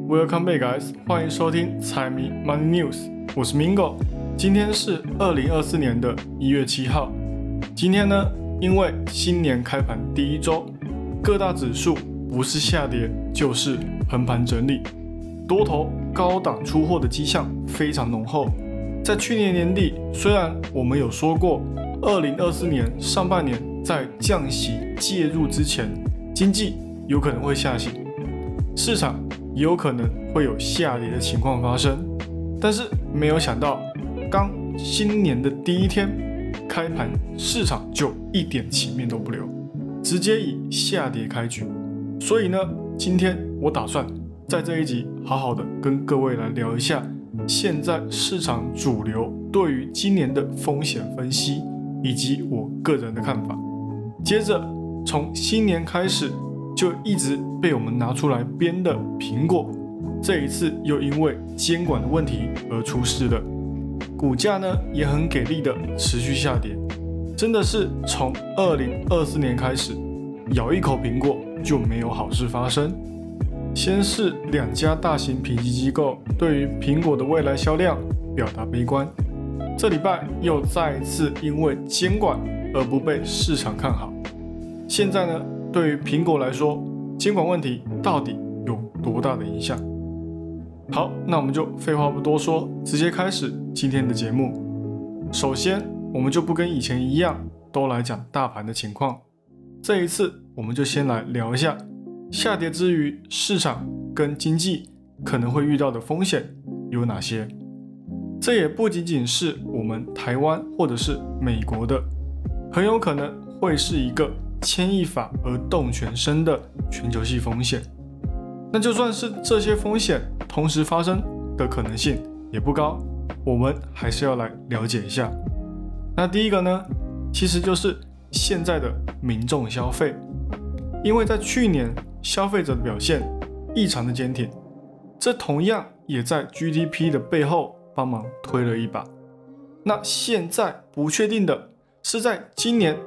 Welcome back, guys！ 欢迎收听财迷 Money News， 我是 Mingo。今天是2024年的1月7号。今天呢，因为新年开盘第一周，各大指数不是下跌就是横盘整理，多头高档出货的迹象非常浓厚。在去年年底，虽然我们有说过，2024年上半年在降息介入之前，经济有可能会下行，市场也有可能会有下跌的情况发生，但是没有想到，刚新年的第一天开盘，市场就一点情面都不留，直接以下跌开局。所以呢，今天我打算在这一集好好的跟各位来聊一下现在市场主流对于今年的风险分析，以及我个人的看法。接着从新年开始就一直被我们拿出来编的苹果，这一次又因为监管的问题而出事了，股价呢也很给力的持续下跌，真的是从2024年开始，咬一口苹果就没有好事发生。先是2家大型评级机构对于苹果的未来销量表达悲观，这礼拜又再一次因为监管而不被市场看好。现在呢，对于苹果来说，监管问题到底有多大的影响？好，那我们就废话不多说，直接开始今天的节目。首先，我们就不跟以前一样，都来讲大盘的情况。这一次，我们就先来聊一下下跌之余，市场跟经济可能会遇到的风险有哪些。这也不仅仅是我们台湾或者是美国的，很有可能会是一个牵一发而动全身的全球性风险。那就算是这些风险同时发生的可能性也不高，我们还是要来了解一下。那第一个呢，其实就是现在的民众消费，因为在去年消费者的表现异常的坚挺，这同样也在 GDP 的背后帮忙推了一把。那现在不确定的是，在今年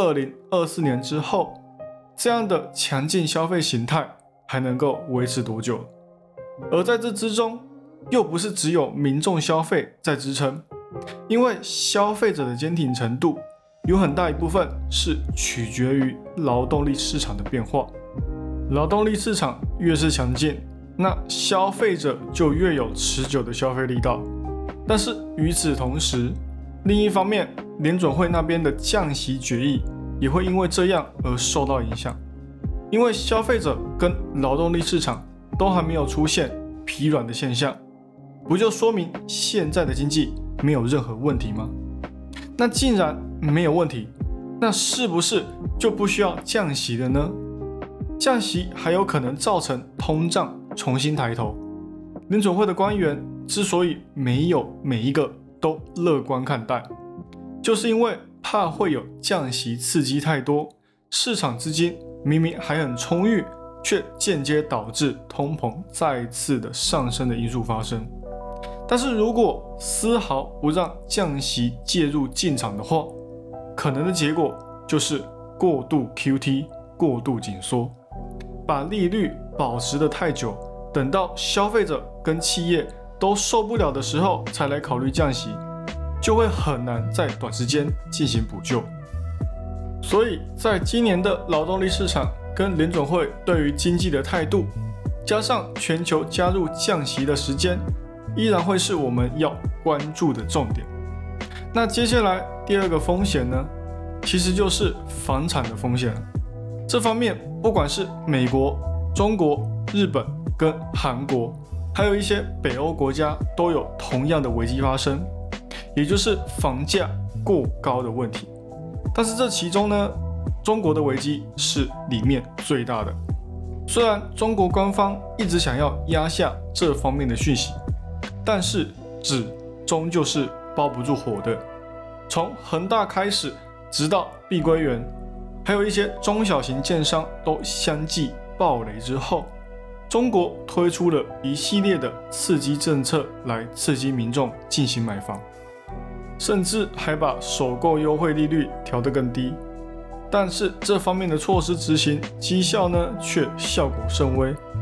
2024年之后，这样的强劲消费形态还能够维持多久？而在这之中，又不是只有民众消费在支撑，因为消费者的坚挺程度有很大一部分是取决于劳动力市场的变化。劳动力市场越是强劲，那消费者就越有持久的消费力道。但是与此同时，另一方面，联准会那边的降息决议也会因为这样而受到影响。因为消费者跟劳动力市场都还没有出现疲软的现象，不就说明现在的经济没有任何问题吗？那既然没有问题，那是不是就不需要降息了呢？降息还有可能造成通胀重新抬头。联准会的官员之所以没有每一个都乐观看待，就是因为怕会有降息刺激太多，市场资金明明还很充裕，却间接导致通膨再次的上升的因素发生。但是如果丝毫不让降息介入进场的话，可能的结果就是过度 QT、过度紧缩，把利率保持得太久，等到消费者跟企业都受不了的时候才来考虑降息，就会很难在短时间进行补救。所以在今年的劳动力市场跟联准会对于经济的态度，加上全球加入降息的时间，依然会是我们要关注的重点。那接下来第二个风险呢，其实就是房产的风险了。这方面不管是美国、中国、日本跟韩国，还有一些北欧国家都有同样的危机发生，也就是房价过高的问题。但是这其中呢，中国的危机是里面最大的。虽然中国官方一直想要压下这方面的讯息，但是纸终究是包不住火的。从恒大开始，直到碧桂园，还有一些中小型建商都相继暴雷之后，中国推出了一系列的刺激政策来刺激民众进行买房，甚至还把首购优惠利率调得更低。但是这方面的措施执行绩效呢，却效果甚微。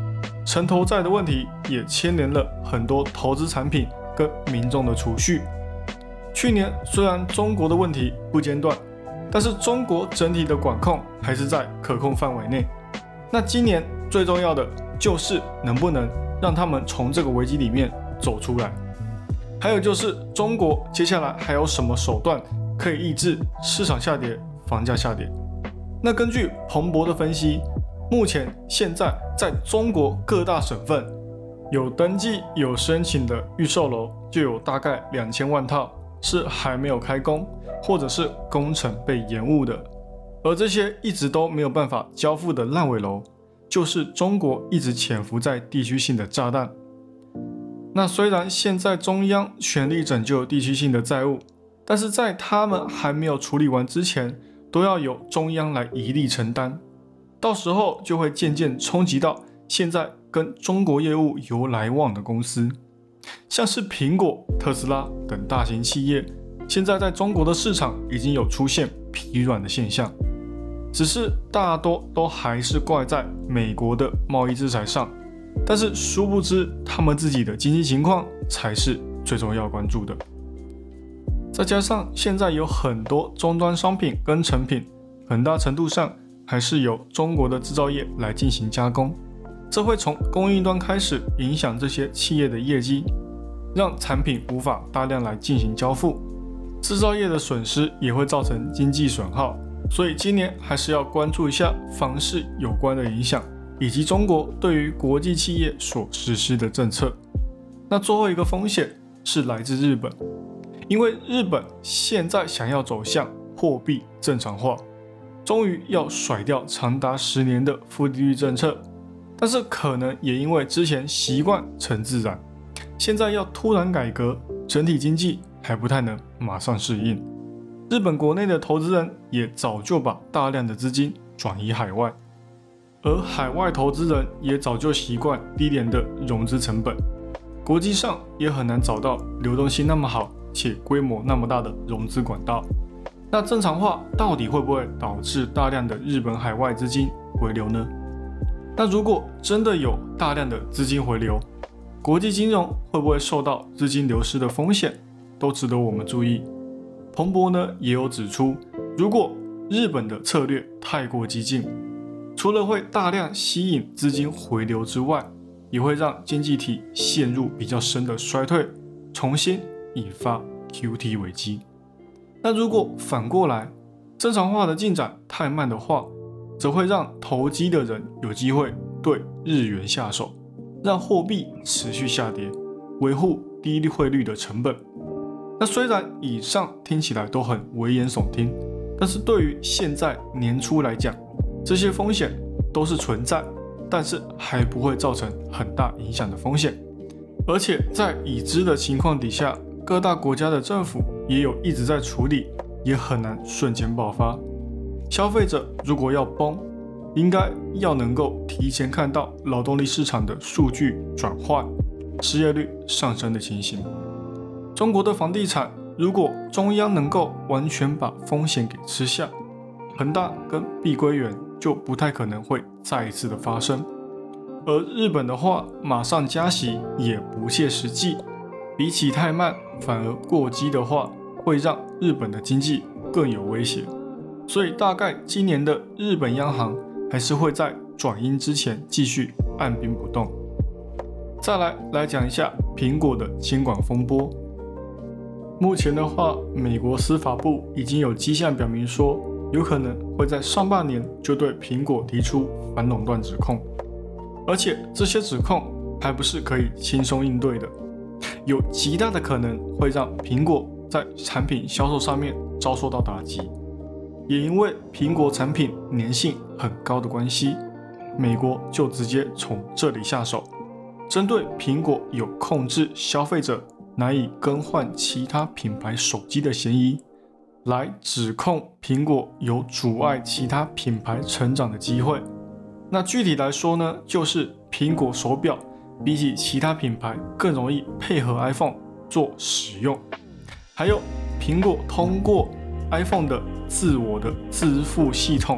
城投债的问题也牵连了很多投资产品跟民众的储蓄。去年虽然中国的问题不间断，但是中国整体的管控还是在可控范围内。那今年最重要的就是能不能让他们从这个危机里面走出来，还有就是中国接下来还有什么手段可以抑制市场下跌、房价下跌。那根据彭博的分析，目前现在在中国各大省份有登记有申请的预售楼就有大概2000万套是还没有开工，或者是工程被延误的。而这些一直都没有办法交付的烂尾楼，就是中国一直潜伏在地区性的炸弹。那虽然现在中央全力拯救地区性的债务，但是在他们还没有处理完之前，都要由中央来一力承担，到时候就会渐渐冲击到现在跟中国业务有来往的公司，像是苹果、特斯拉等大型企业，现在在中国的市场已经有出现疲软的现象，只是大多都还是怪在美国的贸易制裁上，但是殊不知他们自己的经济情况才是最重要关注的。再加上现在有很多终端商品跟成品，很大程度上还是由中国的制造业来进行加工，这会从供应端开始影响这些企业的业绩，让产品无法大量来进行交付，制造业的损失也会造成经济损耗。所以今年还是要关注一下房市有关的影响，以及中国对于国际企业所实施的政策。那最后一个风险是来自日本，因为日本现在想要走向货币正常化，终于要甩掉长达10年的负利率政策，但是可能也因为之前习惯成自然，现在要突然改革，整体经济还不太能马上适应。日本国内的投资人也早就把大量的资金转移海外，而海外投资人也早就习惯低廉的融资成本，国际上也很难找到流动性那么好且规模那么大的融资管道。那正常化到底会不会导致大量的日本海外资金回流呢？那如果真的有大量的资金回流，国际金融会不会受到资金流失的风险，都值得我们注意。彭博呢也有指出，如果日本的策略太过激进，除了会大量吸引资金回流之外，也会让经济体陷入比较深的衰退，重新引发 QT 危机。那如果反过来，正常化的进展太慢的话，则会让投机的人有机会对日元下手，让货币持续下跌，维护低汇率的成本。那虽然以上听起来都很危言耸听，但是对于现在年初来讲，这些风险都是存在，但是还不会造成很大影响的风险。而且在已知的情况底下，各大国家的政府也有一直在处理，也很难瞬间爆发。消费者如果要崩，应该要能够提前看到劳动力市场的数据转换，失业率上升的情形。中国的房地产，如果中央能够完全把风险给吃下，恒大跟碧桂园就不太可能会再一次的发生。而日本的话，马上加息也不切实际，比起太慢，反而过激的话，会让日本的经济更有威胁。所以大概今年的日本央行还是会在转鹰之前继续按兵不动。再来讲一下苹果的监管风波。目前的话，美国司法部已经有迹象表明说，有可能会在上半年就对苹果提出反垄断指控，而且这些指控还不是可以轻松应对的，有极大的可能会让苹果在产品销售上面遭受到打击。也因为苹果产品粘性很高的关系，美国就直接从这里下手，针对苹果有控制消费者难以更换其他品牌手机的嫌疑，来指控苹果有阻碍其他品牌成长的机会。那具体来说呢，就是苹果手表比起其他品牌更容易配合 iPhone 做使用，还有苹果通过 iPhone 的自我的支付系统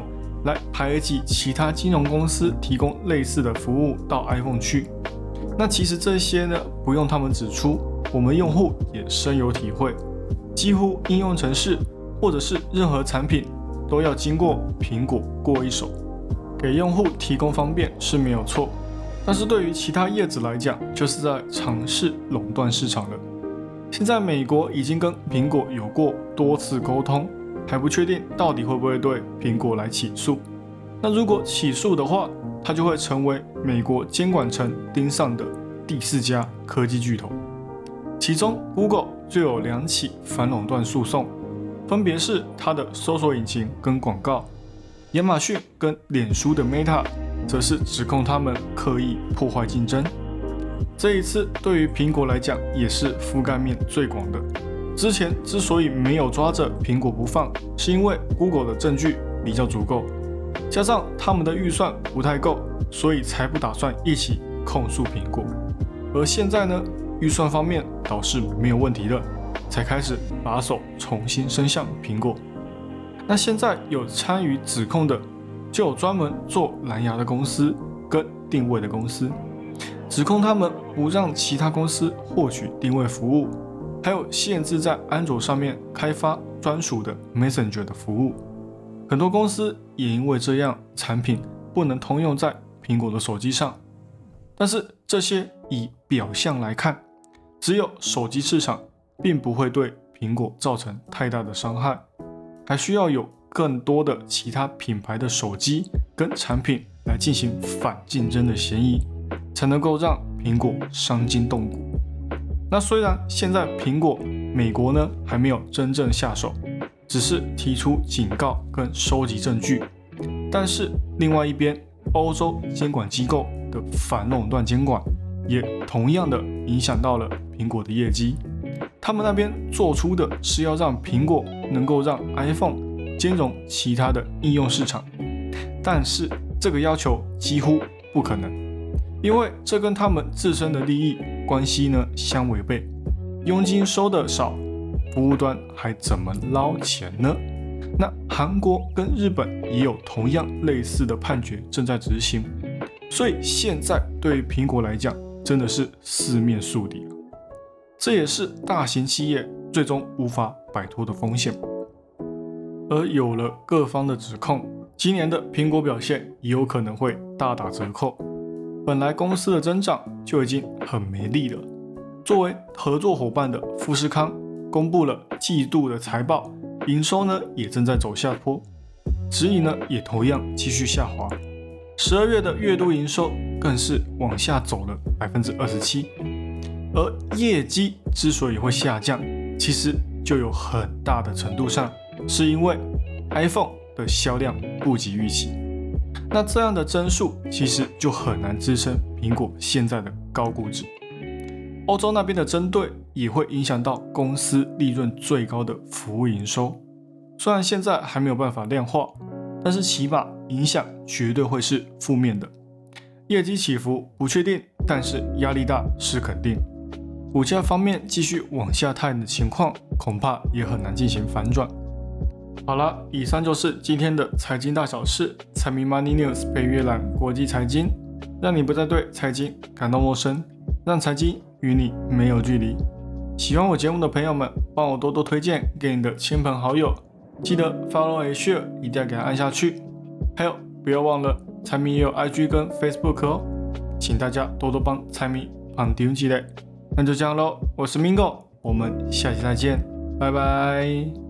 来排挤其他金融公司提供类似的服务到 iPhone 去。那其实这些呢，不用他们指出，我们用户也深有体会。几乎应用程式或者是任何产品都要经过苹果过一手，给用户提供方便是没有错，但是对于其他业者来讲，就是在尝试垄断市场了。现在美国已经跟苹果有过多次沟通，还不确定到底会不会对苹果来起诉。那如果起诉的话，它就会成为美国监管层盯上的第4家科技巨头。其中 Google 就有2起反垄断诉讼，分别是它的搜索引擎跟广告，亚马逊跟脸书的 Meta 则是指控他们刻意破坏竞争。这一次对于苹果来讲也是覆盖面最广的。之前之所以没有抓着苹果不放，是因为 Google 的证据比较足够，加上他们的预算不太够，所以才不打算一起控诉苹果。而现在呢，预算方面倒是没有问题了，才开始把手重新伸向苹果。那现在有参与指控的，就有专门做蓝牙的公司跟定位的公司，指控他们不让其他公司获取定位服务，还有限制在安卓上面开发专属的 Messenger 的服务。很多公司也因为这样，产品不能通用在苹果的手机上。但是这些以表象来看，只有手机市场并不会对苹果造成太大的伤害，还需要有更多的其他品牌的手机跟产品来进行反竞争的嫌疑，才能够让苹果伤筋动骨。那虽然现在苹果美国呢还没有真正下手，只是提出警告跟收集证据，但是另外一边欧洲监管机构的反垄断监管也同样的影响到了苹果的业绩。他们那边做出的是要让苹果能够让 iPhone 兼容其他的应用市场，但是这个要求几乎不可能，因为这跟他们自身的利益关系呢相违背。佣金收得少，服务端还怎么捞钱呢？那韩国跟日本也有同样类似的判决正在执行，所以现在对于苹果来讲真的是四面树敌，这也是大型企业最终无法摆脱的风险。而有了各方的指控，今年的苹果表现也有可能会大打折扣。本来公司的增长就已经很没力了，作为合作伙伴的富士康公布了季度的财报，营收呢也正在走下坡，指引呢也同样继续下滑。12月的月度营收更是往下走了 27%， 而业绩之所以会下降，其实就有很大的程度上是因为 iPhone 的销量不及预期。那这样的增速其实就很难支撑苹果现在的高估值。欧洲那边的针对也会影响到公司利润最高的服务营收，虽然现在还没有办法量化，但是起码影响绝对会是负面的。业绩起伏不确定，但是压力大是肯定。股价方面继续往下探的情况，恐怕也很难进行反转。好了，以上就是今天的财经大小事，财迷 Money News 被阅览国际财经，让你不再对财经感到陌生，让财经与你没有距离。喜欢我节目的朋友们，帮我多多推荐给你的亲朋好友，记得 follow and share 一定要给它按下去。还有不要忘了，财迷也有 IG 跟 Facebook 哦，请大家多多帮财迷绑定起来。那就这样咯，我是 Mingo， 我们下期再见，拜拜。